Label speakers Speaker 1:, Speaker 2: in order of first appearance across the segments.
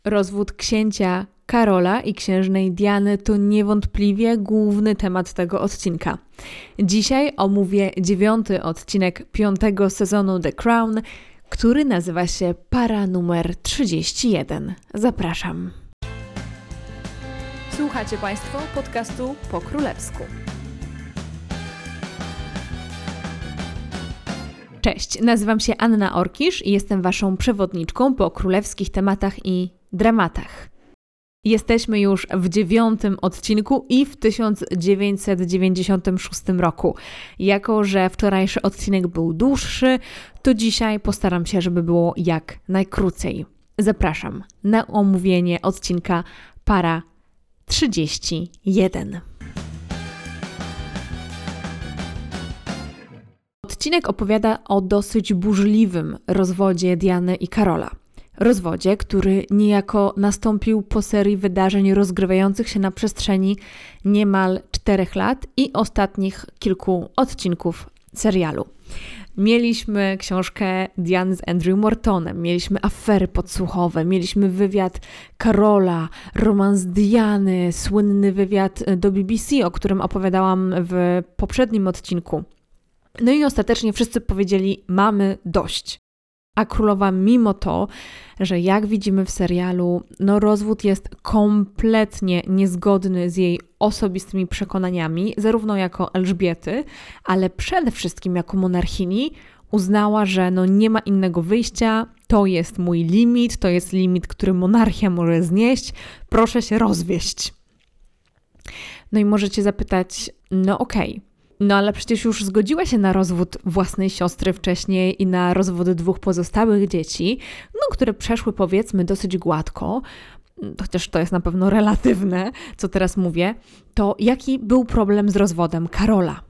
Speaker 1: Rozwód księcia Karola i księżnej Diany to niewątpliwie główny temat tego odcinka. Dzisiaj omówię 9. odcinek 5. sezonu The Crown, który nazywa się Para numer 31. Zapraszam. Słuchacie Państwo podcastu po królewsku. Cześć, nazywam się Anna Orkisz i jestem Waszą przewodniczką po królewskich tematach i dramatach. Jesteśmy już w 9. odcinku i w 1996 roku. Jako że wczorajszy odcinek był dłuższy, to dzisiaj postaram się, żeby było jak najkrócej. Zapraszam na omówienie odcinka Para 31. Odcinek opowiada o dosyć burzliwym rozwodzie Diany i Karola. Rozwodzie, który niejako nastąpił po serii wydarzeń rozgrywających się na przestrzeni niemal 4 lat i ostatnich kilku odcinków serialu. Mieliśmy książkę Diany z Andrew Mortonem, mieliśmy afery podsłuchowe, mieliśmy wywiad Karola, romans Diany, słynny wywiad do BBC, o którym opowiadałam w poprzednim odcinku. No i ostatecznie wszyscy powiedzieli, mamy dość. A królowa mimo to, że jak widzimy w serialu, rozwód jest kompletnie niezgodny z jej osobistymi przekonaniami, zarówno jako Elżbiety, ale przede wszystkim jako monarchini, uznała, że nie ma innego wyjścia, to jest mój limit, to jest limit, który monarchia może znieść, proszę się rozwieść. No i możecie zapytać, okej. Ale przecież już zgodziła się na rozwód własnej siostry wcześniej i na rozwody 2 pozostałych dzieci, które przeszły powiedzmy dosyć gładko, chociaż to jest na pewno relatywne, co teraz mówię, to jaki był problem z rozwodem Karola?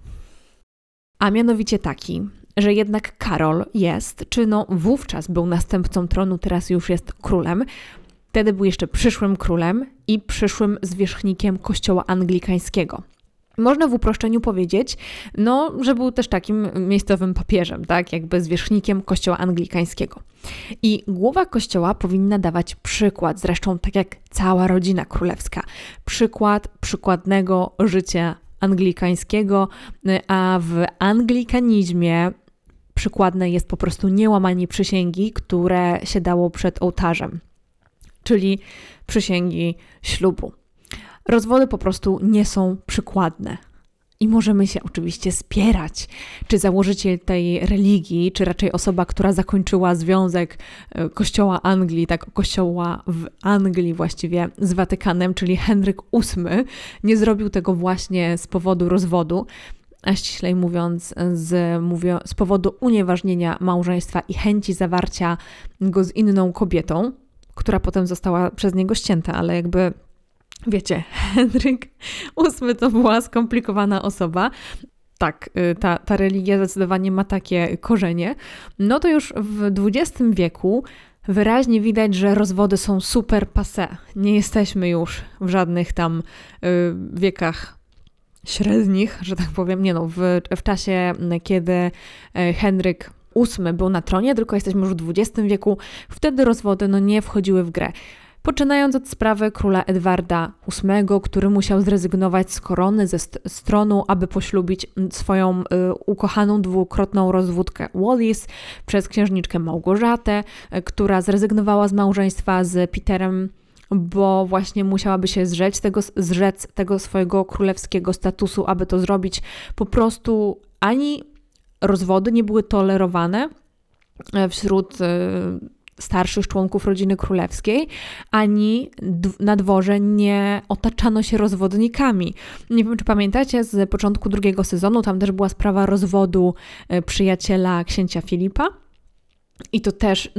Speaker 1: A mianowicie taki, że jednak Karol jest, czy wówczas był następcą tronu, teraz już jest królem, wtedy był jeszcze przyszłym królem i przyszłym zwierzchnikiem kościoła anglikańskiego. Można w uproszczeniu powiedzieć, że był też takim miejscowym papieżem, tak, jakby zwierzchnikiem kościoła anglikańskiego. I głowa kościoła powinna dawać przykład, zresztą tak jak cała rodzina królewska, przykład przykładnego życia anglikańskiego, a w anglikanizmie przykładne jest po prostu niełamanie przysięgi, które się dało przed ołtarzem, czyli przysięgi ślubu. Rozwody po prostu nie są przykładne. I możemy się oczywiście spierać, czy założyciel tej religii, czy raczej osoba, która zakończyła związek kościoła Anglii, tak kościoła w Anglii właściwie z Watykanem, czyli Henryk VIII, nie zrobił tego właśnie z powodu rozwodu, a ściślej mówiąc z powodu unieważnienia małżeństwa i chęci zawarcia go z inną kobietą, która potem została przez niego ścięta, ale jakby wiecie, Henryk VIII to była skomplikowana osoba. Tak, ta religia zdecydowanie ma takie korzenie. To już w XX wieku wyraźnie widać, że rozwody są super passé. Nie jesteśmy już w żadnych tam wiekach średnich, że tak powiem. W czasie, kiedy Henryk VIII był na tronie, tylko jesteśmy już w XX wieku. Wtedy rozwody nie wchodziły w grę. Poczynając od sprawy króla Edwarda VIII, który musiał zrezygnować z korony, z tronu, aby poślubić swoją ukochaną dwukrotną rozwódkę Wallis przez księżniczkę Małgorzatę, która zrezygnowała z małżeństwa z Peterem, bo właśnie musiałaby się zrzec tego swojego królewskiego statusu, aby to zrobić. Po prostu ani rozwody nie były tolerowane wśród starszych członków rodziny królewskiej, ani na dworze nie otaczano się rozwodnikami. Nie wiem, czy pamiętacie, z początku 2. sezonu tam też była sprawa rozwodu przyjaciela księcia Filipa i to też,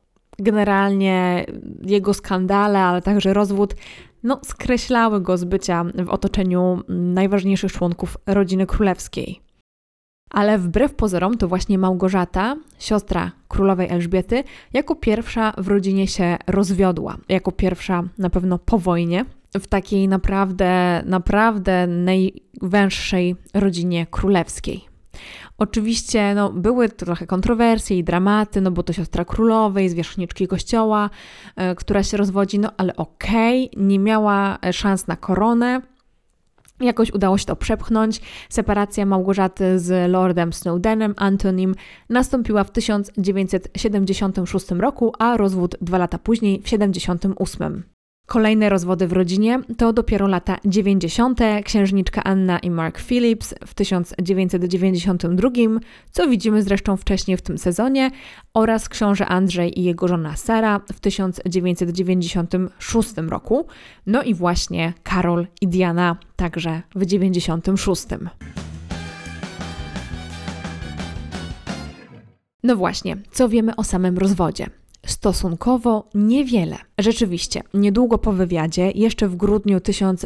Speaker 1: generalnie jego skandale, ale także rozwód, skreślały go z bycia w otoczeniu najważniejszych członków rodziny królewskiej. Ale wbrew pozorom to właśnie Małgorzata, siostra królowej Elżbiety, jako pierwsza w rodzinie się rozwiodła. Jako pierwsza na pewno po wojnie, w takiej naprawdę najwęższej rodzinie królewskiej. Oczywiście były trochę kontrowersje i dramaty, bo to siostra królowej, zwierzchniczki kościoła, która się rozwodzi, ale nie miała szans na koronę. Jakoś udało się to przepchnąć. Separacja Małgorzaty z Lordem Snowdenem, Antonim, nastąpiła w 1976 roku, a rozwód 2 lata później, w 1978. Kolejne rozwody w rodzinie to dopiero lata 90. Księżniczka Anna i Mark Phillips w 1992, co widzimy zresztą wcześniej w tym sezonie, oraz książę Andrzej i jego żona Sara w 1996 roku. No i właśnie Karol i Diana także w 1996. No właśnie, co wiemy o samym rozwodzie? Stosunkowo niewiele. Rzeczywiście, niedługo po wywiadzie, jeszcze w grudniu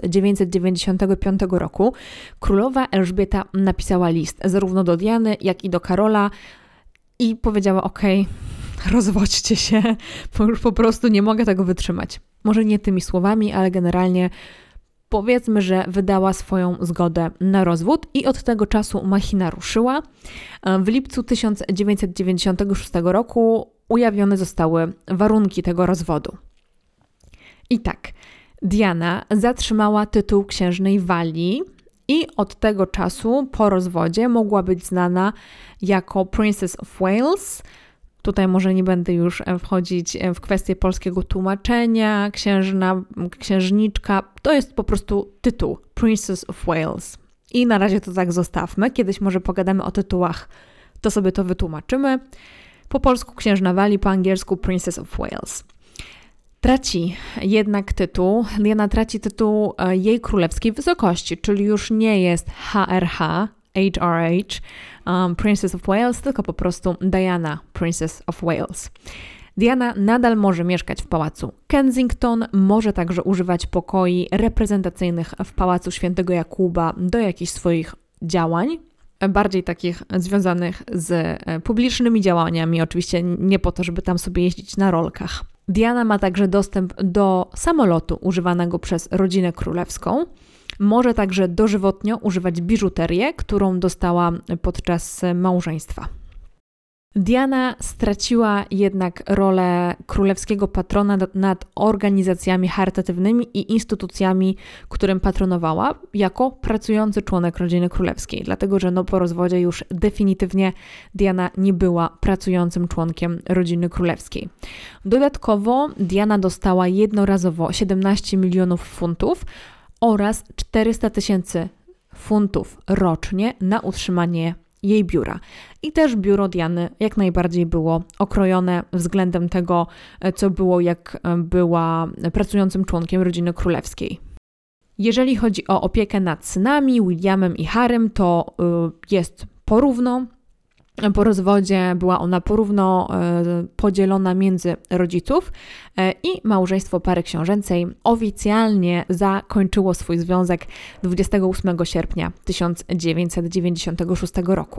Speaker 1: 1995 roku, królowa Elżbieta napisała list zarówno do Diany, jak i do Karola i powiedziała: rozwodźcie się, bo już po prostu nie mogę tego wytrzymać. Może nie tymi słowami, ale generalnie powiedzmy, że wydała swoją zgodę na rozwód i od tego czasu machina ruszyła. W lipcu 1996 roku ujawnione zostały warunki tego rozwodu. I tak, Diana zatrzymała tytuł księżnej Walii i od tego czasu po rozwodzie mogła być znana jako Princess of Wales. Tutaj może nie będę już wchodzić w kwestię polskiego tłumaczenia. Księżniczka to jest po prostu tytuł Princess of Wales. I na razie to tak zostawmy. Kiedyś może pogadamy o tytułach, to sobie to wytłumaczymy. Po polsku księżna Walii, po angielsku Princess of Wales. Traci jednak tytuł, Diana traci tytuł jej królewskiej wysokości, czyli już nie jest HRH, Princess of Wales, tylko po prostu Diana, Princess of Wales. Diana nadal może mieszkać w pałacu Kensington, może także używać pokoi reprezentacyjnych w pałacu Świętego Jakuba do jakichś swoich działań, bardziej takich związanych z publicznymi działaniami, oczywiście nie po to, żeby tam sobie jeździć na rolkach. Diana ma także dostęp do samolotu używanego przez rodzinę królewską. Może także dożywotnio używać biżuterię, którą dostała podczas małżeństwa. Diana straciła jednak rolę królewskiego patrona nad organizacjami charytatywnymi i instytucjami, którym patronowała, jako pracujący członek rodziny królewskiej, dlatego że po rozwodzie już definitywnie Diana nie była pracującym członkiem rodziny królewskiej. Dodatkowo Diana dostała jednorazowo 17 milionów funtów oraz 400 000 funtów rocznie na utrzymanie jej biura. I też biuro Diany jak najbardziej było okrojone względem tego, co było, jak była pracującym członkiem rodziny królewskiej. Jeżeli chodzi o opiekę nad synami, Williamem i Harrym, to jest porówno. Po rozwodzie była ona porówno podzielona między rodziców i małżeństwo pary książęcej oficjalnie zakończyło swój związek 28 sierpnia 1996 roku.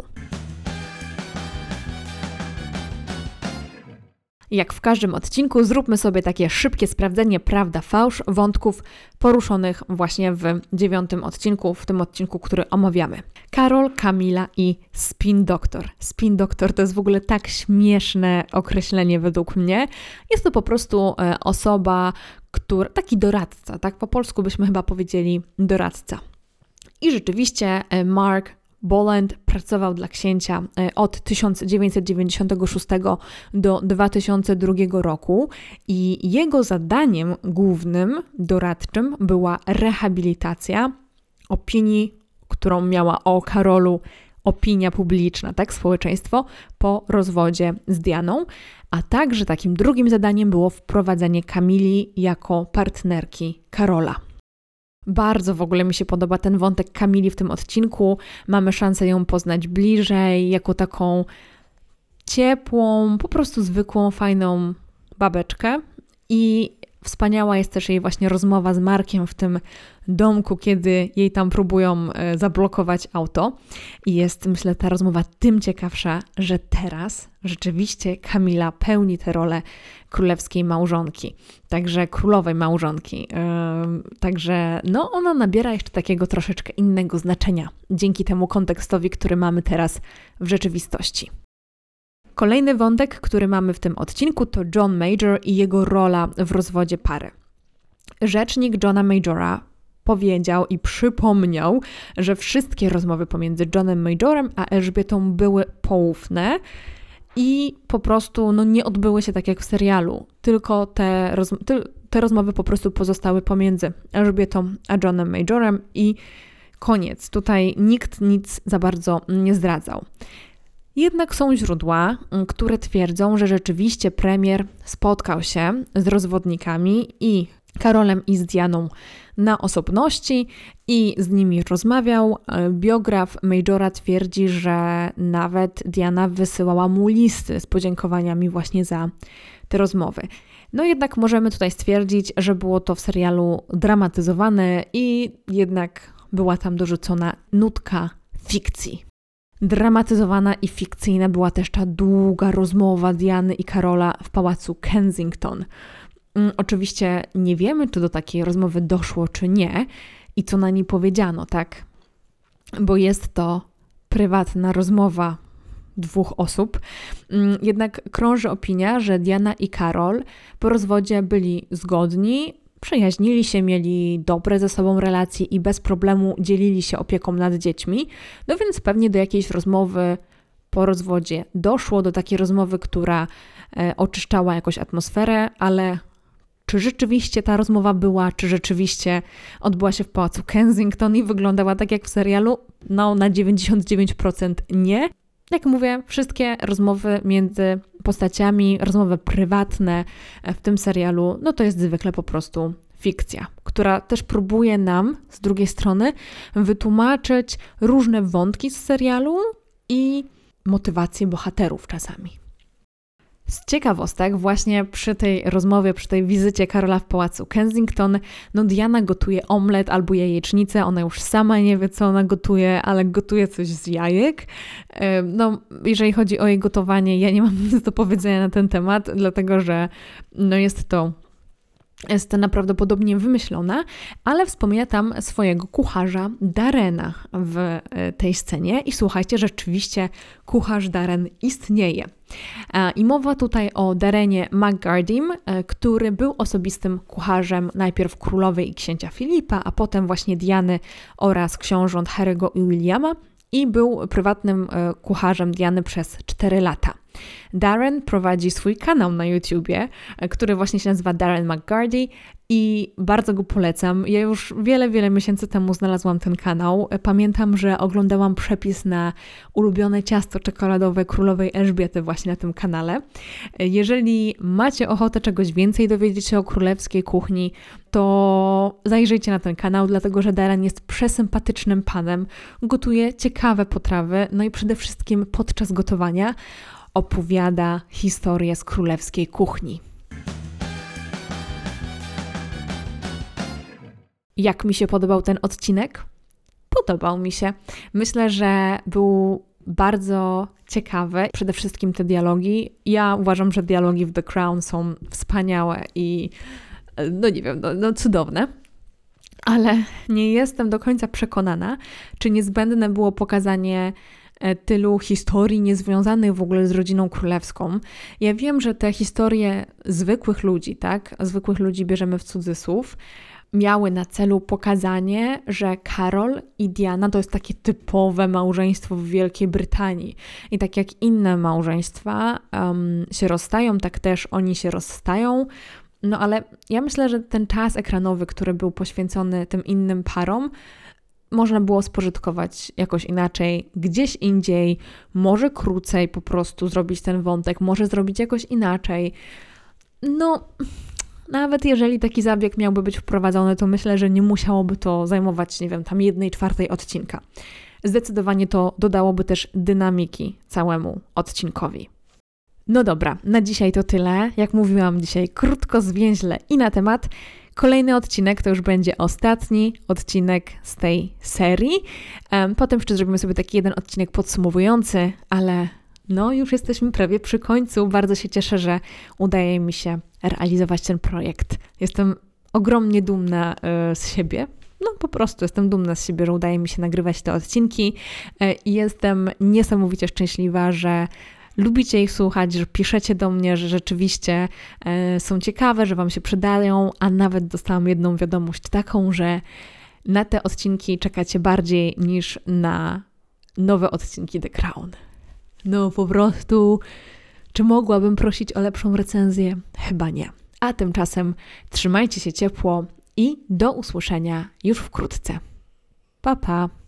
Speaker 1: Jak w każdym odcinku, zróbmy sobie takie szybkie sprawdzenie prawda-fałsz wątków poruszonych właśnie w 9 odcinku, w tym odcinku, który omawiamy. Karol, Kamila i Spin Doctor. Spin Doctor to jest w ogóle tak śmieszne określenie według mnie. Jest to po prostu osoba, taki doradca, tak po polsku byśmy chyba powiedzieli doradca. I rzeczywiście Mark Boland pracował dla księcia od 1996 do 2002 roku i jego zadaniem głównym, doradczym była rehabilitacja opinii, którą miała o Karolu opinia publiczna, tak, społeczeństwo po rozwodzie z Dianą, a także takim drugim zadaniem było wprowadzenie Kamili jako partnerki Karola. Bardzo w ogóle mi się podoba ten wątek Kamili w tym odcinku. Mamy szansę ją poznać bliżej, jako taką ciepłą, po prostu zwykłą, fajną babeczkę. I Wspaniała jest też jej właśnie rozmowa z Markiem w tym domku, kiedy jej tam próbują zablokować auto. I jest, myślę, ta rozmowa tym ciekawsza, że teraz rzeczywiście Camila pełni tę rolę królewskiej małżonki, także królowej małżonki. Także no, ona nabiera jeszcze takiego troszeczkę innego znaczenia dzięki temu kontekstowi, który mamy teraz w rzeczywistości. Kolejny wątek, który mamy w tym odcinku, to John Major i jego rola w rozwodzie pary. Rzecznik Johna Majora powiedział i przypomniał, że wszystkie rozmowy pomiędzy Johnem Majorem a Elżbietą były poufne i po prostu nie odbyły się tak jak w serialu, tylko te rozmowy po prostu pozostały pomiędzy Elżbietą a Johnem Majorem i koniec. Tutaj nikt nic za bardzo nie zdradzał. Jednak są źródła, które twierdzą, że rzeczywiście premier spotkał się z rozwodnikami i Karolem i z Dianą na osobności i z nimi rozmawiał. Biograf Majora twierdzi, że nawet Diana wysyłała mu listy z podziękowaniami właśnie za te rozmowy. No jednak możemy tutaj stwierdzić, że było to w serialu dramatyzowane i jednak była tam dorzucona nutka fikcji. Dramatyzowana i fikcyjna była też ta długa rozmowa Diany i Karola w pałacu Kensington. Oczywiście nie wiemy, czy do takiej rozmowy doszło, czy nie i co na niej powiedziano, tak? Bo jest to prywatna rozmowa dwóch osób. Jednak krąży opinia, że Diana i Karol po rozwodzie byli zgodni, przyjaźnili się, mieli dobre ze sobą relacje i bez problemu dzielili się opieką nad dziećmi. No więc pewnie do jakiejś rozmowy po rozwodzie doszło, do takiej rozmowy, która oczyszczała jakąś atmosferę, ale czy rzeczywiście ta rozmowa była, czy rzeczywiście odbyła się w pałacu Kensington i wyglądała tak jak w serialu? No na 99% nie. Jak mówię, wszystkie rozmowy między postaciami, rozmowy prywatne w tym serialu, no to jest zwykle po prostu fikcja, która też próbuje nam z drugiej strony wytłumaczyć różne wątki z serialu i motywacje bohaterów czasami. Z ciekawostek, właśnie przy tej rozmowie, przy tej wizycie Karola w pałacu Kensington, Diana gotuje omlet albo jajecznicę, ona już sama nie wie, co ona gotuje, ale gotuje coś z jajek. Jeżeli chodzi o jej gotowanie, ja nie mam nic do powiedzenia na ten temat, dlatego że jest to prawdopodobnie wymyślona, ale wspomina tam swojego kucharza Darrena w tej scenie i słuchajcie, rzeczywiście kucharz Darren istnieje. I mowa tutaj o Darrenie McGardym, który był osobistym kucharzem najpierw królowej i księcia Filipa, a potem właśnie Diany oraz książąt Harry'ego i Williama i był prywatnym kucharzem Diany przez 4 lata. Darren prowadzi swój kanał na YouTubie, który właśnie się nazywa Darren McGardy i bardzo go polecam. Ja już wiele miesięcy temu znalazłam ten kanał. Pamiętam, że oglądałam przepis na ulubione ciasto czekoladowe królowej Elżbiety właśnie na tym kanale. Jeżeli macie ochotę czegoś więcej dowiedzieć się o królewskiej kuchni, to zajrzyjcie na ten kanał, dlatego że Darren jest przesympatycznym panem, gotuje ciekawe potrawy, no i przede wszystkim podczas gotowania opowiada historię z królewskiej kuchni. Jak mi się podobał ten odcinek? Podobał mi się. Myślę, że był bardzo ciekawy. Przede wszystkim te dialogi. Ja uważam, że dialogi w The Crown są wspaniałe i cudowne. Ale nie jestem do końca przekonana, czy niezbędne było pokazanie tylu historii niezwiązanych w ogóle z rodziną królewską. Ja wiem, że te historie zwykłych ludzi, tak? Zwykłych ludzi bierzemy w cudzysłów, miały na celu pokazanie, że Karol i Diana to jest takie typowe małżeństwo w Wielkiej Brytanii. I tak jak inne małżeństwa się rozstają, tak też oni się rozstają. No ale ja myślę, że ten czas ekranowy, który był poświęcony tym innym parom, można było spożytkować jakoś inaczej, gdzieś indziej, może krócej po prostu zrobić ten wątek, może zrobić jakoś inaczej. Nawet jeżeli taki zabieg miałby być wprowadzony, to myślę, że nie musiałoby to zajmować, tam 1/4 odcinka. Zdecydowanie to dodałoby też dynamiki całemu odcinkowi. No dobra, na dzisiaj to tyle. Jak mówiłam dzisiaj, krótko, zwięźle i na temat. Kolejny odcinek to już będzie ostatni odcinek z tej serii. Potem jeszcze zrobimy sobie taki jeden odcinek podsumowujący, ale no już jesteśmy prawie przy końcu. Bardzo się cieszę, że udaje mi się realizować ten projekt. Jestem ogromnie dumna z siebie. No po prostu jestem dumna z siebie, że udaje mi się nagrywać te odcinki i jestem niesamowicie szczęśliwa, że lubicie ich słuchać, że piszecie do mnie, że rzeczywiście są ciekawe, że wam się przydają, a nawet dostałam jedną wiadomość taką, że na te odcinki czekacie bardziej niż na nowe odcinki The Crown. No po prostu, czy mogłabym prosić o lepszą recenzję? Chyba nie. A tymczasem trzymajcie się ciepło i do usłyszenia już wkrótce. Pa, pa!